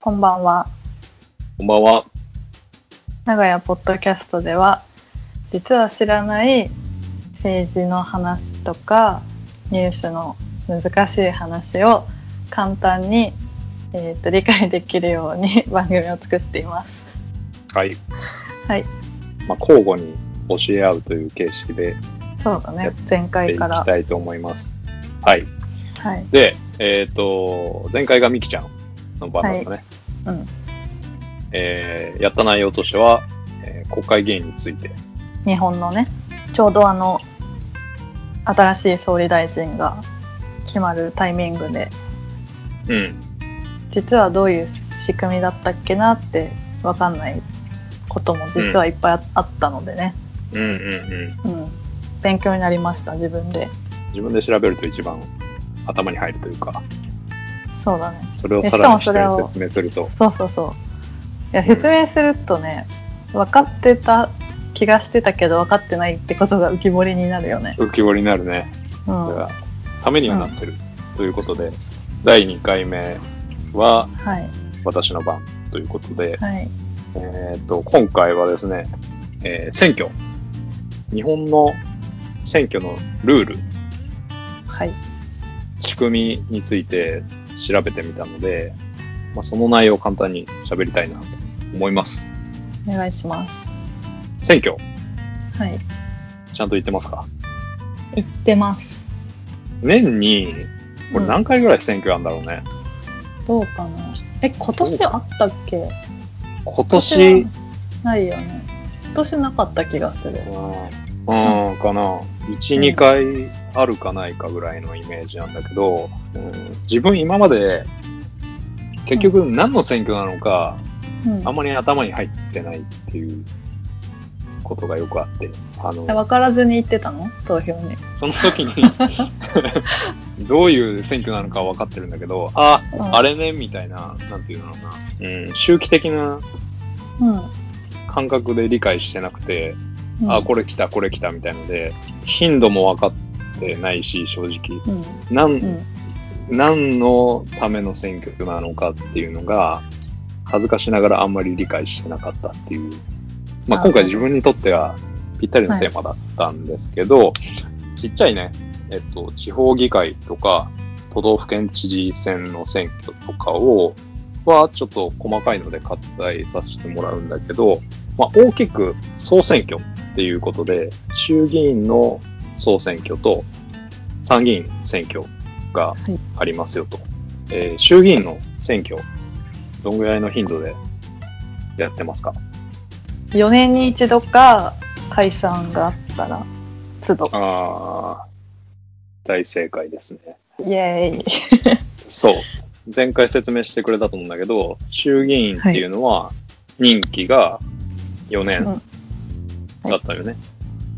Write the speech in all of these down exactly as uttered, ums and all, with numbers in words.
こんばんは。 こんばんは。 長屋ポッドキャストでは、実は知らない政治の話とかニュースの難しい話を簡単に、えーと、理解できるように番組を作っています。 はい。 はい。 まあ、交互に教え合うという形式で、 そうだね。前回から。 やっていきたいと思います。はい。 はい。 で、えっ、ー、と、前回がみきちゃんの番だったね。 はい、うん。 えー、やった内容としては、えー、国会議員について。 日本のね、ちょうどあの、新しい総理大臣が決まるタイミングで、 うん。 実はどういう仕組みだったっけなって分かんないことも実はいっぱいあったのでね。 うんうんうん。 うん。勉強になりました、自分で。 自分で調べると一番頭に入るというか。 そうだね。 それをさらに人に説明すると。 そうそうそう。いや、説明するとね、うん、分かってた気がしてたけど分かってないってことが浮き彫りになるよね。 浮き彫りになるね。うん。だからためにはなってる、うん、ということで、だいにかいめは私の番ということで、 はい、 えっと、今回はですね、えー、選挙。日本の選挙のルール。 はい。 仕組みについて調べてみたので、まあ、その内容を簡単に喋りたいなと思います。 お願いします。 選挙。 はい。 ちゃんと言ってますか？ 言ってます。 年に、これ何回ぐらい選挙あるんだろうね。 うん、どうかな。え、今年あったっけ？ 今年ないよね。今年なかった気がする。 うん、うん、かな。いち、にかいあるかないかぐらいのイメージなんだけど、うん、自分今まで結局何の選挙なのか、うん、あんまり頭に入ってないっていうことがよくあって、 あの分からずに行ってたの？投票に。 その時にどういう選挙なのか分かってるんだけど、あ、うん、あれねみたいな、なんていうのかな、うん、周期的な感覚で理解してなくて、うん、あ、これ来たこれ来たみたいので、頻度も分かってないし、正直、うん、なん、うん、何のための選挙なのかっていうのが恥ずかしながらあんまり理解してなかったっていう、まあ、今回自分にとってはぴったりのテーマだったんですけど、はい、ちっちゃいね、えっと、地方議会とか都道府県知事選の選挙とかをはちょっと細かいので割愛させてもらうんだけど、まあ、大きく総選挙っていうことで、衆議院の総選挙と参議院選挙がありますよと。はい、えー、衆議院の選挙、どんぐらいの頻度でやってますか？ よねんに一度か解散があったら都度。 ああ、大正解ですね。 イエーイ。 そう。前回説明してくれたと思うんだけど、衆議院っていうのは任期がよねんだったよね。はい、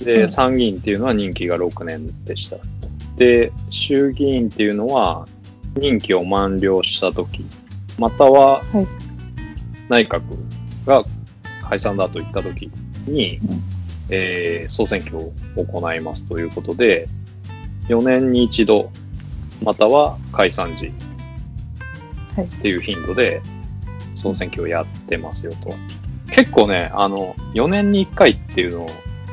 で、うん、参議院っていうのは任期がろくねんでした。で、衆議院っていうのは任期を満了したとき、または内閣が解散だと言ったときに、うん、えー、総選挙を行いますということで、よねんに一度、または解散時っていう頻度で総選挙をやってますよと。結構ね、あの、よねんにいっかいっていうの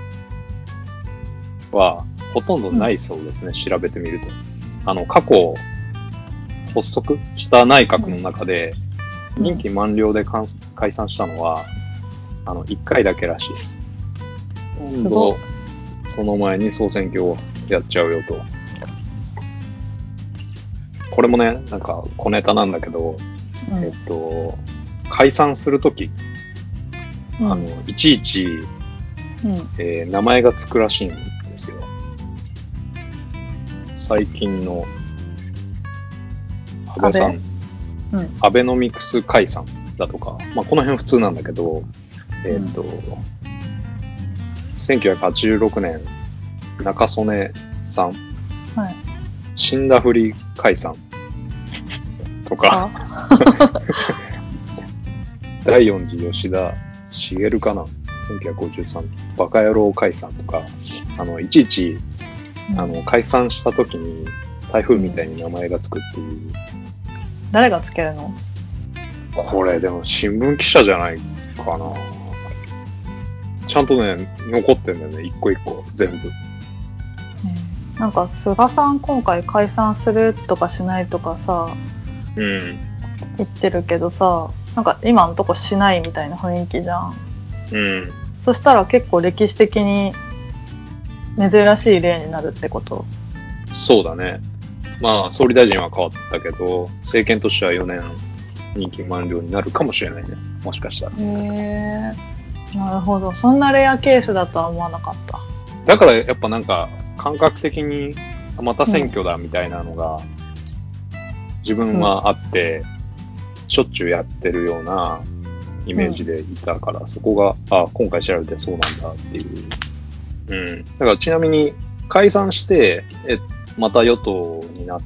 はほとんどないそうですね、うん、調べてみると。あの、過去、発足した内閣の中で、任期満了で解散したのは、あの、いっかいだけらしいです。今度、その前に総選挙をやっちゃうよと。これもね、なんか小ネタなんだけど、うん、えっと、解散するとき、うん、あの、いちいち、うん、えー、名前がつくらしいんですよ。最近の安倍さん、うん、アベノミクス解散だとか、まあ、この辺普通なんだけど、えっと、うん、せんきゅうひゃくはちじゅうろくねん、中曽根さん、はい、死んだふり解散とか、第四次吉田茂かな、せんきゅうひゃくごじゅうさん、バカ野郎解散とか、あの、いちいち、うん、あの、解散した時に台風みたいに名前がつくっていう。 誰がつけるの？ これでも新聞記者じゃないかな。ちゃんとね、残ってんだよね、一個一個、全部。 えー、なんか、菅さん今回解散するとかしないとかさ、 うん。 言ってるけどさ、なんか今のとこしないみたいな雰囲気じゃん。 うん。 そしたら結構歴史的に珍しい例になるってこと？ そうだね。まあ、総理大臣は変わったけど、政権としてはよねん任期満了になるかもしれないね。もしかしたら。 へえ、なるほど。そんなレアケースだとは思わなかった。 だからやっぱなんか、感覚的に、また選挙だみたいなのが、自分はあって、うん、しょっちゅうやってるようなイメージでいたから、うん、そこが、あ、今回調べてそうなんだっていう。うん。だからちなみに、解散して、え、また与党になって、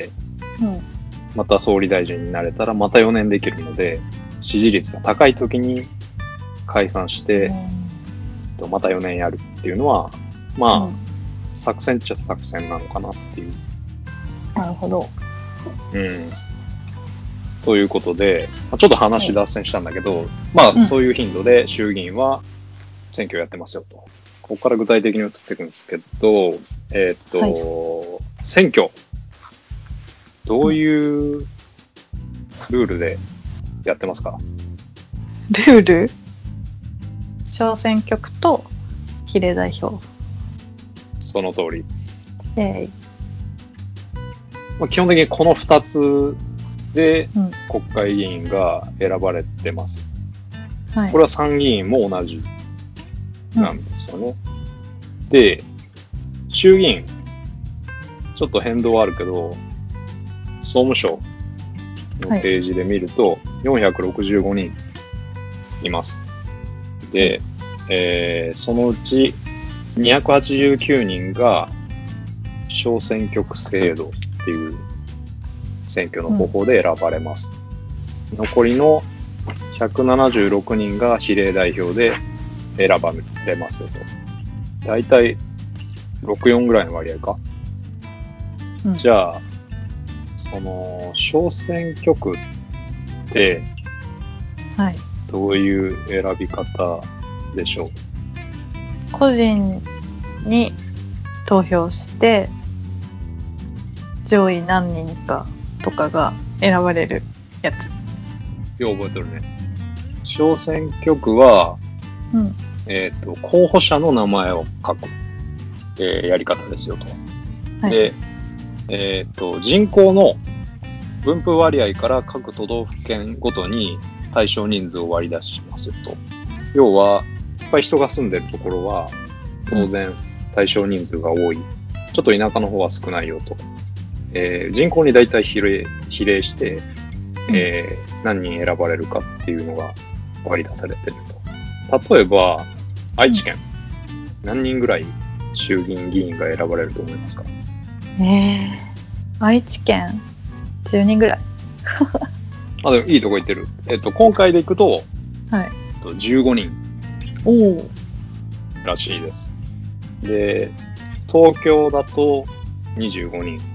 うん、また総理大臣になれたらまたよねんできるので、支持率が高い時に解散して、うん、またよねんやるっていうのは、まあ、うん、作戦っちゃ作戦なのかなっていう。 なるほど。 うん。ということで、ちょっと話脱線したんだけど、はい、まあ、そういう頻度で衆議院は選挙やってますよと。ここから具体的に移っていくんですけど、えー、っと、はい、選挙。どういうルールでやってますか？ ルール？小選挙区と比例代表。 その通り。 えーまあ、基本的にこのふたつで国会議員が選ばれてます。うん、はい、これは参議院も同じなんですよね。うん、で、衆議院、ちょっと変動はあるけど、総務省のページで見ると、よんひゃくろくじゅうごにんいます。で、えー、そのうちにひゃくはちじゅうきゅうにんが小選挙区制度っていう選挙の方法で選ばれます。うん、残りのひゃくななじゅうろくにんが比例代表で選ばれますよと。だいたいろくじゅうよんぐらいの割合か。うん、じゃあ、その小選挙区ってどういう選び方でしょう？はい、 個人に投票して上位何人かとかが選ばれるやつ。 よう覚えてるね。小選挙区は、うん、えっと候補者の名前を書く、えー、やり方ですよと。はい、で、えっと人口の分布割合から各都道府県ごとに対象人数を割り出しますよと。要は、いっぱい人が住んでるところは、当然対象人数が多い。ちょっと田舎の方は少ないよと。えー、人口に大体比例、比例して、えー、何人選ばれるかっていうのが割り出されてると。例えば、愛知県、うん、何人ぐらい衆議院議員が選ばれると思いますか？ えー、愛知県じゅうにんぐらい。 あ、でもいいとこ行ってる。えっと、今回でいくと、はい、えっと、じゅうごにん。おー。らしいです。で、東京だとにじゅうごにん。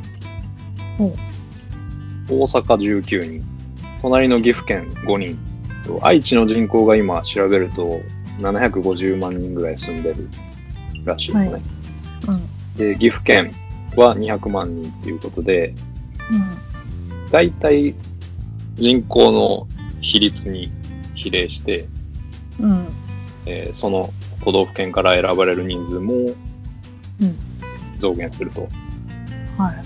大阪じゅうきゅうにん。隣の岐阜県ごにん。愛知の人口が今調べるとななひゃくごじゅうまんにんぐらい住んでるらしいのね。はい、うん、で、岐阜県はにひゃくまんにんっていうことで、うん、だいたい人口の比率に比例して、うんえー、その都道府県から選ばれる人数も増減すると、うんはい、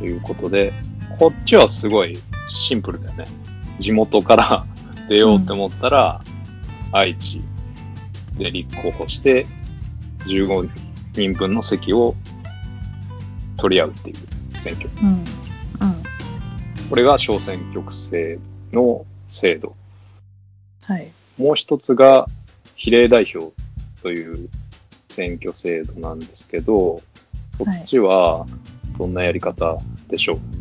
いうことで、こっちはすごいシンプルだよね。地元から出ようって思ったら、うん、愛知で立候補してじゅうごにんぶんの席を取り合うっていう選挙。うんうん、これが小選挙区制の制度。はい、もう一つが比例代表という選挙制度なんですけど、こっちはどんなやり方でしょう？はい、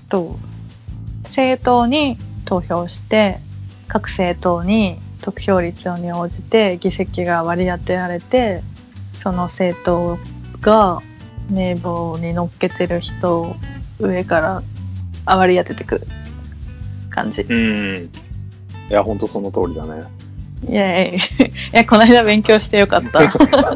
と政党に投票して各政党に得票率に応じて議席が割り当てられて、その政党が名簿に載っけてる人を上から割り当ててくる感じ。 うん。いや、ほんとその通りだね。 いやいやいや、この間勉強してよかった。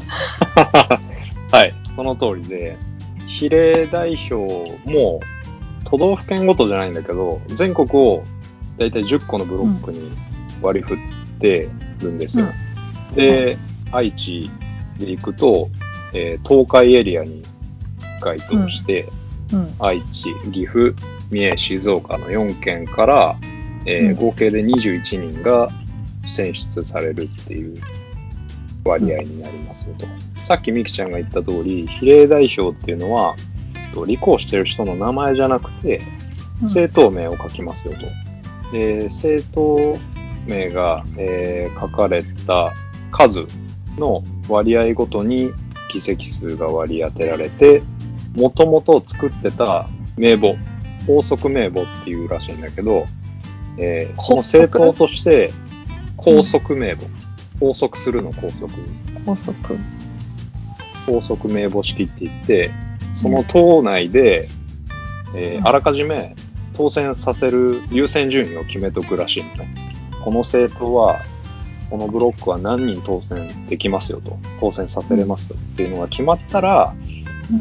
はい、その通りで、比例代表も都道府県ごとじゃないんだけど、全国をだいたいじゅっこのブロックに割り振ってるんですよ。うん、で、うん、愛知で行くと、えー、東海エリアに該当して、うんうん、愛知、岐阜、三重、静岡のよんけんから、えー、合計でにじゅういちにんが選出されるっていう割合になりますよと。うん、さっきみきちゃんが言った通り、比例代表っていうのは、立候補してる人の名前じゃなくて、政党名を書きますよと。で、政党名が、えー、書かれた数の割合ごとに議席数が割り当てられて、もともと作ってた名簿、法則名簿っていうらしいんだけど、えー、この政党として拘束名簿、拘束するの拘束。 拘束。 拘束名簿式って言って、その党内で、えー、あらかじめ当選させる優先順位を決めとくらしいのね。この政党は、このブロックは何人当選できますよと、当選させれますよっていうのが決まったら、うん、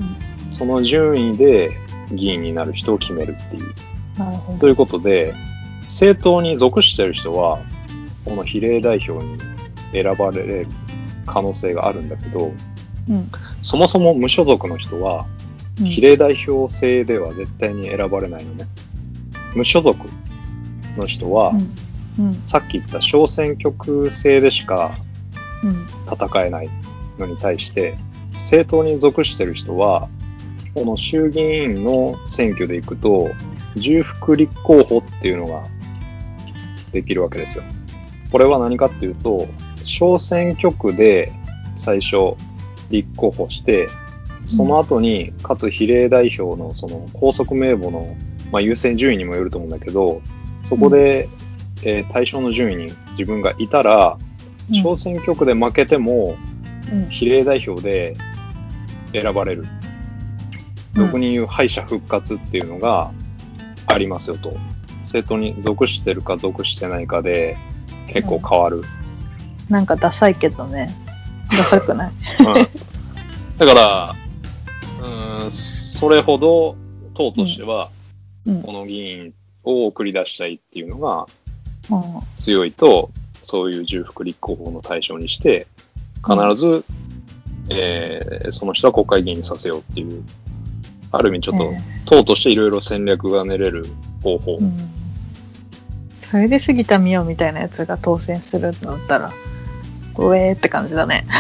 その順位で議員になる人を決めるっていう。 なるほど。 ということで、政党に属している人は、この比例代表に選ばれる可能性があるんだけど、うん、そもそも無所属の人は、比例代表制では絶対に選ばれないのね。無所属の人は、うんうん、さっき言った小選挙区制でしか戦えないのに対して、政党に属している人は、この衆議院の選挙で行くと、重複立候補っていうのができるわけですよ。これは何かっていうと、小選挙区で最初立候補して、その後に、かつ比例代表のその拘束名簿の、まあ、優先順位にもよると思うんだけど、そこで、うんえー、対象の順位に自分がいたら、うん、小選挙区で負けても、うん、比例代表で選ばれる。うん、俗に言う敗者復活っていうのがありますよと。政党に属してるか属してないかで結構変わる。うん、 なんかダサいけどね。ダサくない、 うん、だから、うーん、それほど党としては、この議員を送り出したいっていうのが強いと、そういう重複立候補の対象にして、必ず、うんえー、その人は国会議員にさせようっていう、ある意味ちょっと、党としていろいろ戦略が練れる方法。うん、 それで杉田水脈みたいなやつが当選するんだったら、うえーって感じだね。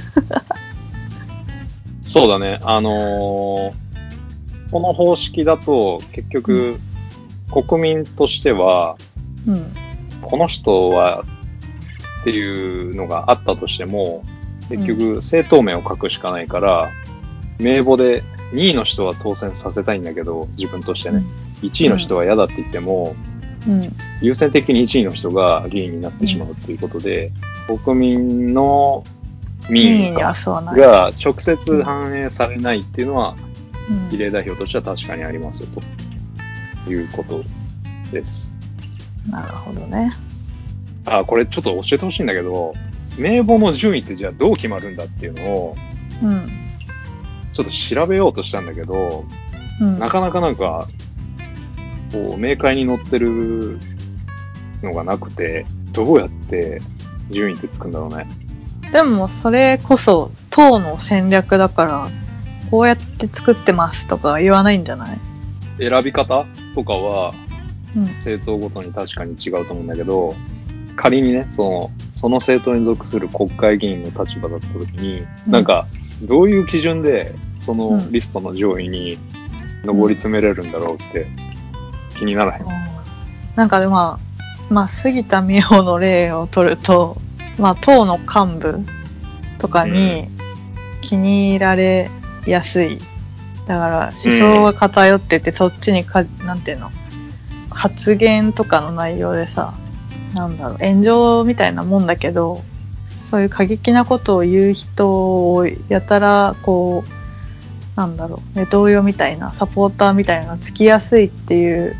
そうだね。あのー、この方式だと結局、うん、国民としては、うん、この人はっていうのがあったとしても、結局政党名を書くしかないから、うん、名簿でにいの人は当選させたいんだけど、自分としてね、うん、いちいの人は嫌だって言っても、うん、優先的にいちいの人が議員になってしまうっていうことで、うん、国民の民意が直接反映されないっていうのは、うん、比例代表としては確かにありますよということです。 なるほどね。 あ、これちょっと教えてほしいんだけど、名簿の順位ってじゃあどう決まるんだっていうのを、うん、ちょっと調べようとしたんだけど、うん、なかなかなんかこう明快に載ってるのがなくて、どうやって順位ってつくんだろうね。 でもそれこそ党の戦略だから、こうやって作ってますとか言わないんじゃない？ 選び方とかは、政党ごとに確かに違うと思うんだけど、うん、仮にね、その、その政党に属する国会議員の立場だった時に、うん、なんか、どういう基準でそのリストの上位に上り詰めれるんだろうって気にならへん。うん、 なんかでも、まあ、まあ、杉田水脈の例を取ると、まあ、党の幹部とかに気に入られやすい。だから、思想が偏ってて、そっちにか、なんていうの、発言とかの内容でさ、なんだろう、炎上みたいなもんだけど、そういう過激なことを言う人をやたら、こう、なんだろう、ネトウヨみたいな、サポーターみたいなのがつきやすいっていう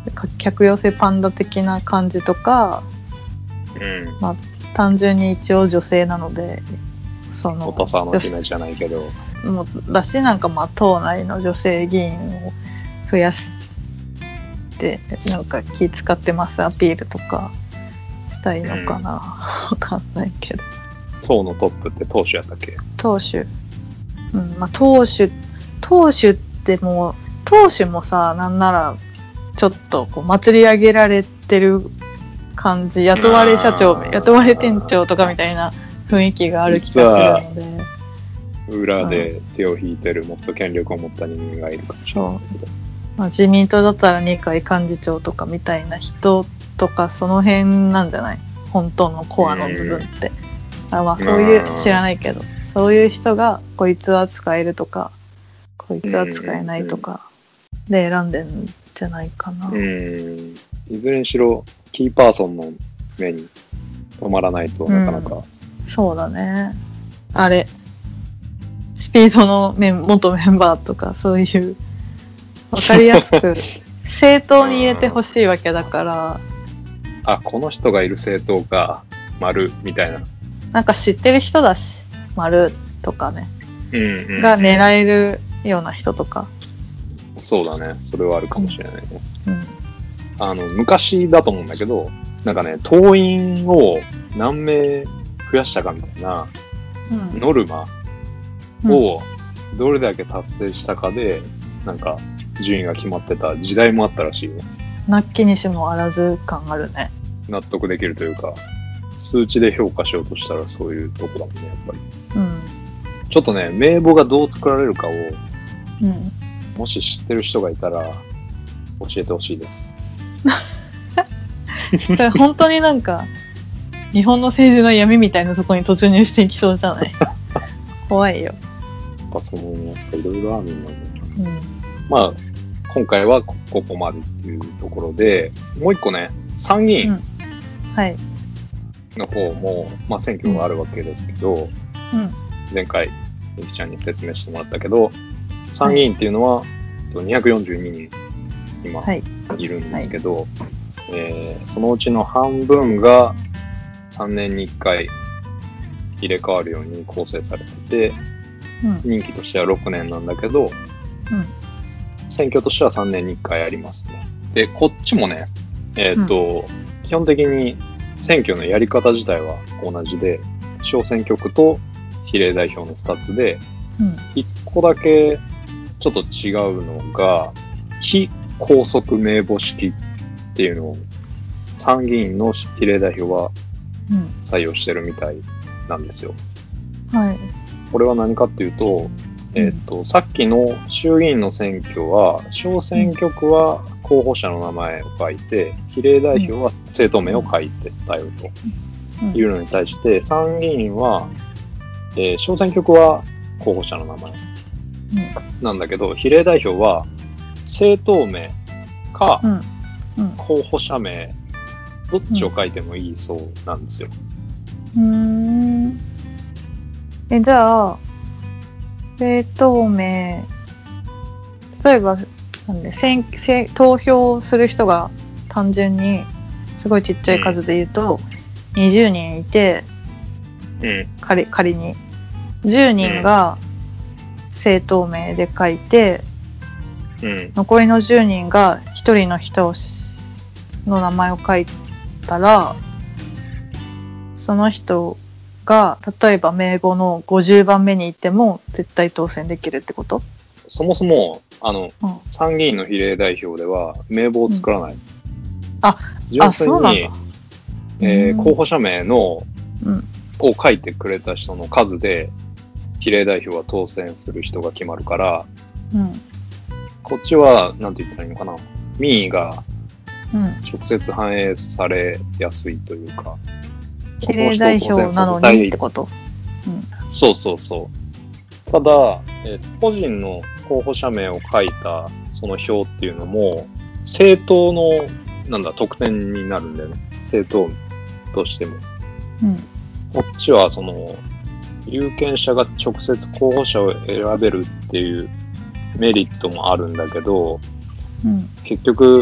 客寄せパンダ的な感じとか、 うん、 まあ単純に一応女性なので、そのおたさの姫じゃないけど、 もうだし、なんかまあ党内の女性議員を増やしてなんか気使ってますアピールとかしたいのかな、わ、うん、かんないけど。 党のトップって党首やったっけ？ 党首、うん、まあ党首党首ってもう党首もさ、なんならちょっとこう祭り上げられてる感じ、雇われ社長、雇われ店長とかみたいな雰囲気がある気がするので、 裏で手を引いてる、うん、もっと権力を持った人間がいるかもしれないけど、 まあ、自民党だったら二階幹事長とかみたいな人とか、その辺なんじゃない？本当のコアの部分って。あ、まあそういう、知らないけど、そういう人がこいつは使えるとか、こいつは使えないとかで選んでるんじゃないかな。 うん。いずれにしろキーパーソンの目に止まらないとなかなか、 うん、そうだね。あれスピードのメン元メンバーとか、そういう分かりやすく政党に入れてほしいわけだから、 あ、この人がいる政党か丸みたいな、 なんか知ってる人だし丸とかね、 うんうんうん、 が狙えるような人とか。 そうだね、それはあるかもしれないね、 うんうん、 あの昔だと思うんだけど、なんかね、党員を何名増やしたかみたいなノルマをどれだけ達成したかで、なんか順位が決まってた時代もあったらしいよ。 なきにしもあらず感あるね。 納得できるというか、数値で評価しようとしたらそういうとこだもんね、やっぱり。うん。ちょっとね、名簿がどう作られるかを、うん、もし知ってる人がいたら教えてほしいです。 それ本当になんか日本の政治の闇みたいなところに突入していきそうじゃない？怖いよ。 やっぱそのいろいろあるんだね。うん、まあ今回はここまでっていうところで、もう一個ね、参議院の方も、まあ、選挙があるわけですけど、うん、前回ゆきちゃんに説明してもらったけど、参議院っていうのは、はい、にひゃくよんじゅうににん今いるんですけど、はいはい、えー、そのうちの半分がさんねんにいっかい入れ替わるように構成されてて、うん、任期としてはろくねんなんだけど、うん、選挙としてはさんねんにいっかいありますね。で、こっちもね、えっと、うん、基本的に選挙のやり方自体は同じで、小選挙区と比例代表のふたつで、うん、いっこだけちょっと違うのが、非拘束名簿式っていうのを参議院の比例代表は採用してるみたいなんですよ。うん、はい。これは何かっていうと、えっと、うん、さっきの衆議院の選挙は、小選挙区は候補者の名前を書いて、比例代表は政党名を書いてたよというのに対して、参議院は、えー、小選挙区は候補者の名前なんだけど、比例代表は政党名か候補者名、どっちを書いてもいいそうなんですよ。 うーん。え、じゃあ、政党名、例えば、なんで選選投票する人が単純に、すごいちっちゃい数で言うと、うん、にじゅうにんいて、うん、仮, 仮に、じゅうにんが政党名で書いて、うん、残りのじゅうにんがひとりの人の名前を書いたら、その人が例えば名簿のごじゅうばんめに行っても絶対当選できるってこと？ そもそもあの、うん、参議院の比例代表では名簿を作らない。うん、 あ、 純粋に、えー、候補者名の、うん、を書いてくれた人の数で比例代表は当選する人が決まるから、うん、こっちはなんて言ったらいいのかな、民意が直接反映されやすいというか。 比例代表なのにってこと、 うん、そうそうそう。ただ、えー、個人の候補者名を書いたその票っていうのも政党のなんだ得点になるんだよね。政党としても、うん、こっちはその有権者が直接候補者を選べるっていうメリットもあるんだけど、うん、結局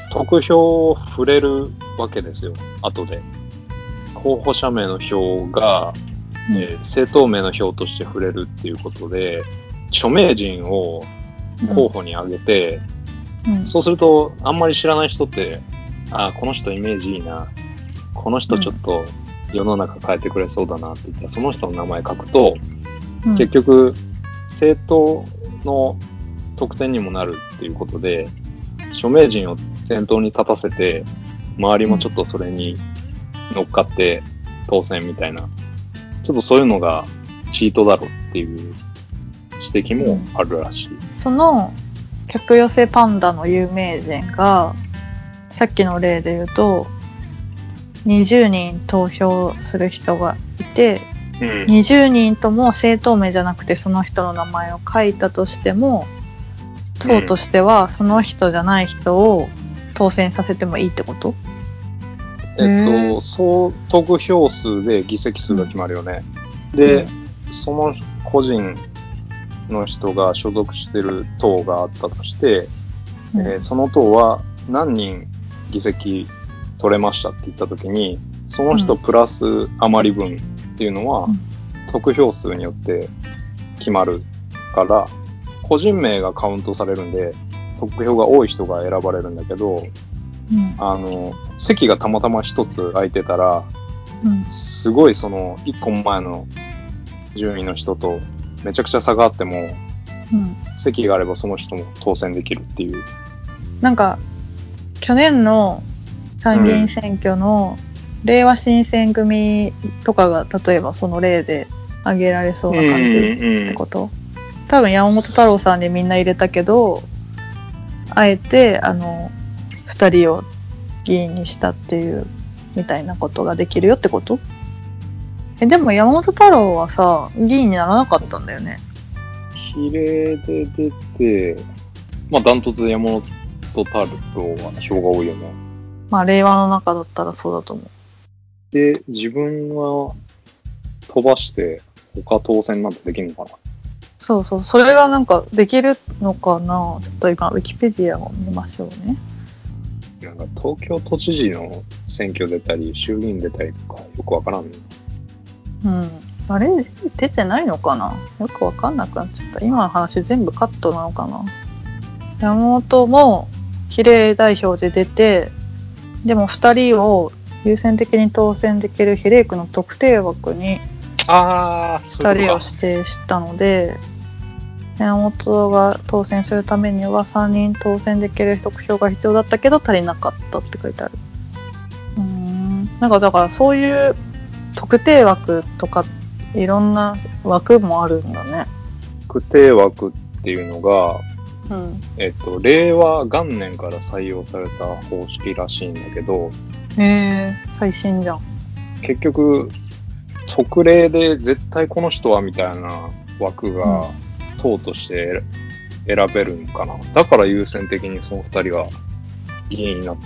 得票を触れるわけですよ、後で。候補者名の票が、うんえー、政党名の票として触れるっていうことで、著名人を候補に挙げて、うんうん、そうすると、あんまり知らない人って、あ、この人イメージいいな、この人ちょっと世の中変えてくれそうだなって言ったら、その人の名前書くと、うん、結局、政党の得点にもなるっていうことで、著名人を先頭に立たせて、周りもちょっとそれに乗っかって当選みたいな、ちょっとそういうのがチートだろっていう指摘もあるらしい。うん、 その客寄せパンダの有名人が、さっきの例で言うと、にじゅうにん投票する人がいて、うん、にじゅうにんとも政党名じゃなくてその人の名前を書いたとしても、党としてはその人じゃない人を当選させてもいいってこと？ えっと、総得票数で議席数が決まるよね。うん、で、うん、その個人の人が所属してる党があったとして、うんえー、その党は何人議席取れましたって言ったときに、その人プラス余り分っていうのは、うん、得票数によって決まるから、個人名がカウントされるんで、得票が多い人が選ばれるんだけど、うん、あの、席がたまたま一つ空いてたら、うん、すごいその一個前の順位の人とめちゃくちゃ差があっても、うん、席があればその人も当選できるっていう。 なんか、去年の参議院選挙の令和新選組とかが例えばその例で挙げられそうな感じってこと？うんうん、多分山本太郎さんにみんな入れたけど、あえてあのふたりを議員にしたっていうみたいなことができるよってこと？え、でも山本太郎はさ、議員にならなかったんだよね。 比例で出て、まあダントツで山本太郎は票が多いよね。 まあ令和の中だったらそうだと思う。 で、自分は飛ばして他当選なんてできるのかな？ そうそう、それがなんかできるのかな。ちょっと今ウィキペディアを見ましょうね。 なんか東京都知事の選挙出たり衆議院出たりとかよくわからんね。 うん、あれ出てないのかな、よくわかんなくなっちゃった。今の話全部カットなのかな。山本も比例代表で出て、でもふたりを優先的に当選できる比例区の特定枠にふたりを指定したので、山本が当選するためにはさんにん当選できる得票が必要だったけど足りなかったって書いてある。うーん、なんかだからそういう特定枠とかいろんな枠もあるんだね。 特定枠っていうのが、うん、えっと令和元年から採用された方式らしいんだけど、 へー、最新じゃん。 結局特例で絶対この人はみたいな枠が党として選べるのかな。だから優先的にそのふたりは議員になって、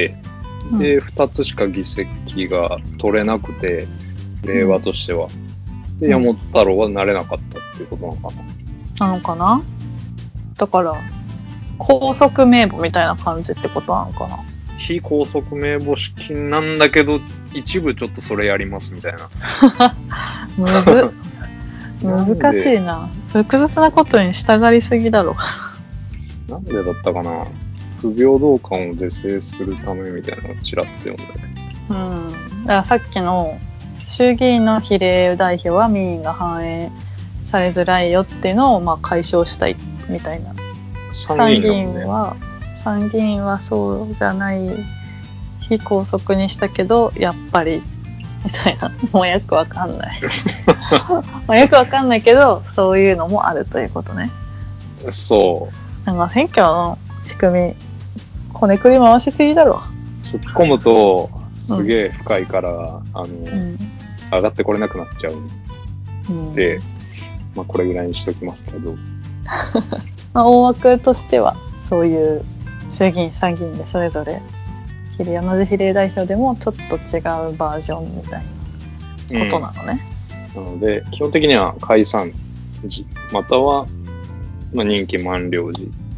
で、うん、ふたつしか議席が取れなくて、令和としては。で、山本太郎はなれなかったっていうことなのかな。なのかな。だから、拘束名簿みたいな感じってことなのかな。 非拘束名簿式なんだけど、一部ちょっとそれやりますみたいな。 むず難しいな。複雑なことに従いすぎだろ。 なんでだったかな。不平等感を是正するためみたいなのをちらっと読んだけど。うん。だからさっきの衆議院の比例代表は民意が反映されづらいよっていうのをまあ解消したいみたいな。参議院は、参議院はそうじゃない非拘束にしたけどやっぱりみたいな、もうよくわかんないもうよくわかんないけどそういうのもあるということね。 そうなんか選挙の仕組みこねくり回しすぎだろ。 突っ込むとすげえ深いから、うん、あの、うん、上がってこれなくなっちゃうんで、うん、まあこれぐらいにしときますけどまあ大枠としてはそういう衆議院参議院でそれぞれ比例同じ比例代表でもちょっと違うバージョンみたいなことなのね。 うん、なので基本的には解散時または、まあ、任期満了時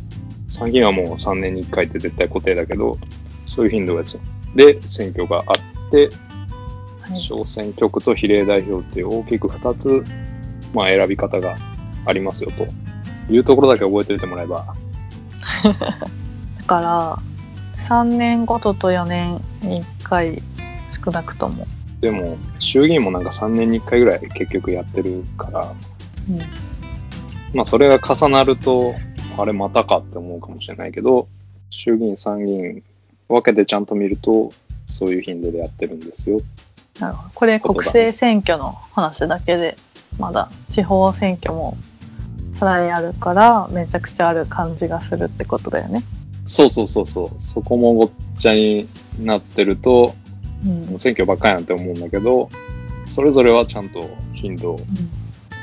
参議院はもうさんねんにいっかいって絶対固定だけど、そういう頻度で選挙があって、はい、小選挙区と比例代表っていう大きくふたつ、まあ、選び方がありますよというところだけ覚えておいてもらえば。 だからさんねんごととよねんにいっかい少なくとも。 でも衆議院もなんかさんねんにいっかいぐらい結局やってるから、うん、まあそれが重なるとあれまたかって思うかもしれないけど、衆議院参議院分けてちゃんと見るとそういう頻度でやってるんですよ。 なるほど。これ国政選挙の話だけで、まだ地方選挙もさらにあるからめちゃくちゃある感じがするってことだよね。 そうそうそうそう。そこもごっちゃになってると、うん、選挙ばっかりなんて思うんだけど、それぞれはちゃんと頻度、うん、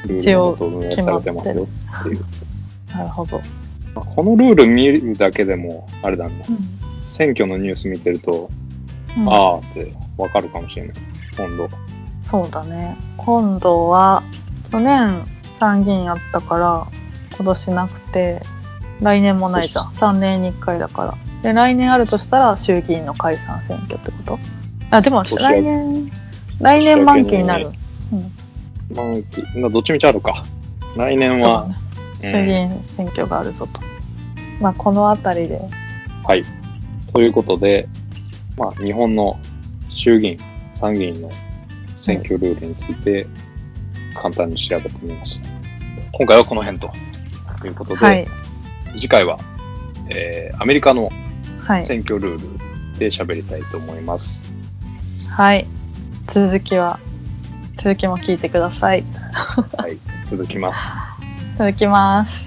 ルールのもと運営されてますよっていう。 なるほど。 このルール見るだけでもあれだね、うん、選挙のニュース見てると、うん、あーってわかるかもしれない。今度。 そうだね。今度は去年参議院あったから今年なくて、来年もないじゃん。さんねんにいっかいだから。で来年あるとしたら衆議院の解散選挙ってこと？あ、でも来年来年満期になる。 うん、満期、どっちみちあるか。来年は、 ね、衆議院選挙があるぞと。うん、まあこのあたりで。 はい。ということで、まあ日本の衆議院、参議院の選挙ルールについて簡単に調べてみました。今回はこの辺ということで、はい、次回は、えー、アメリカの選挙ルールで喋りたいと思います。 はい。続きは、続きも聞いてください。 はい。続きます。 続きます。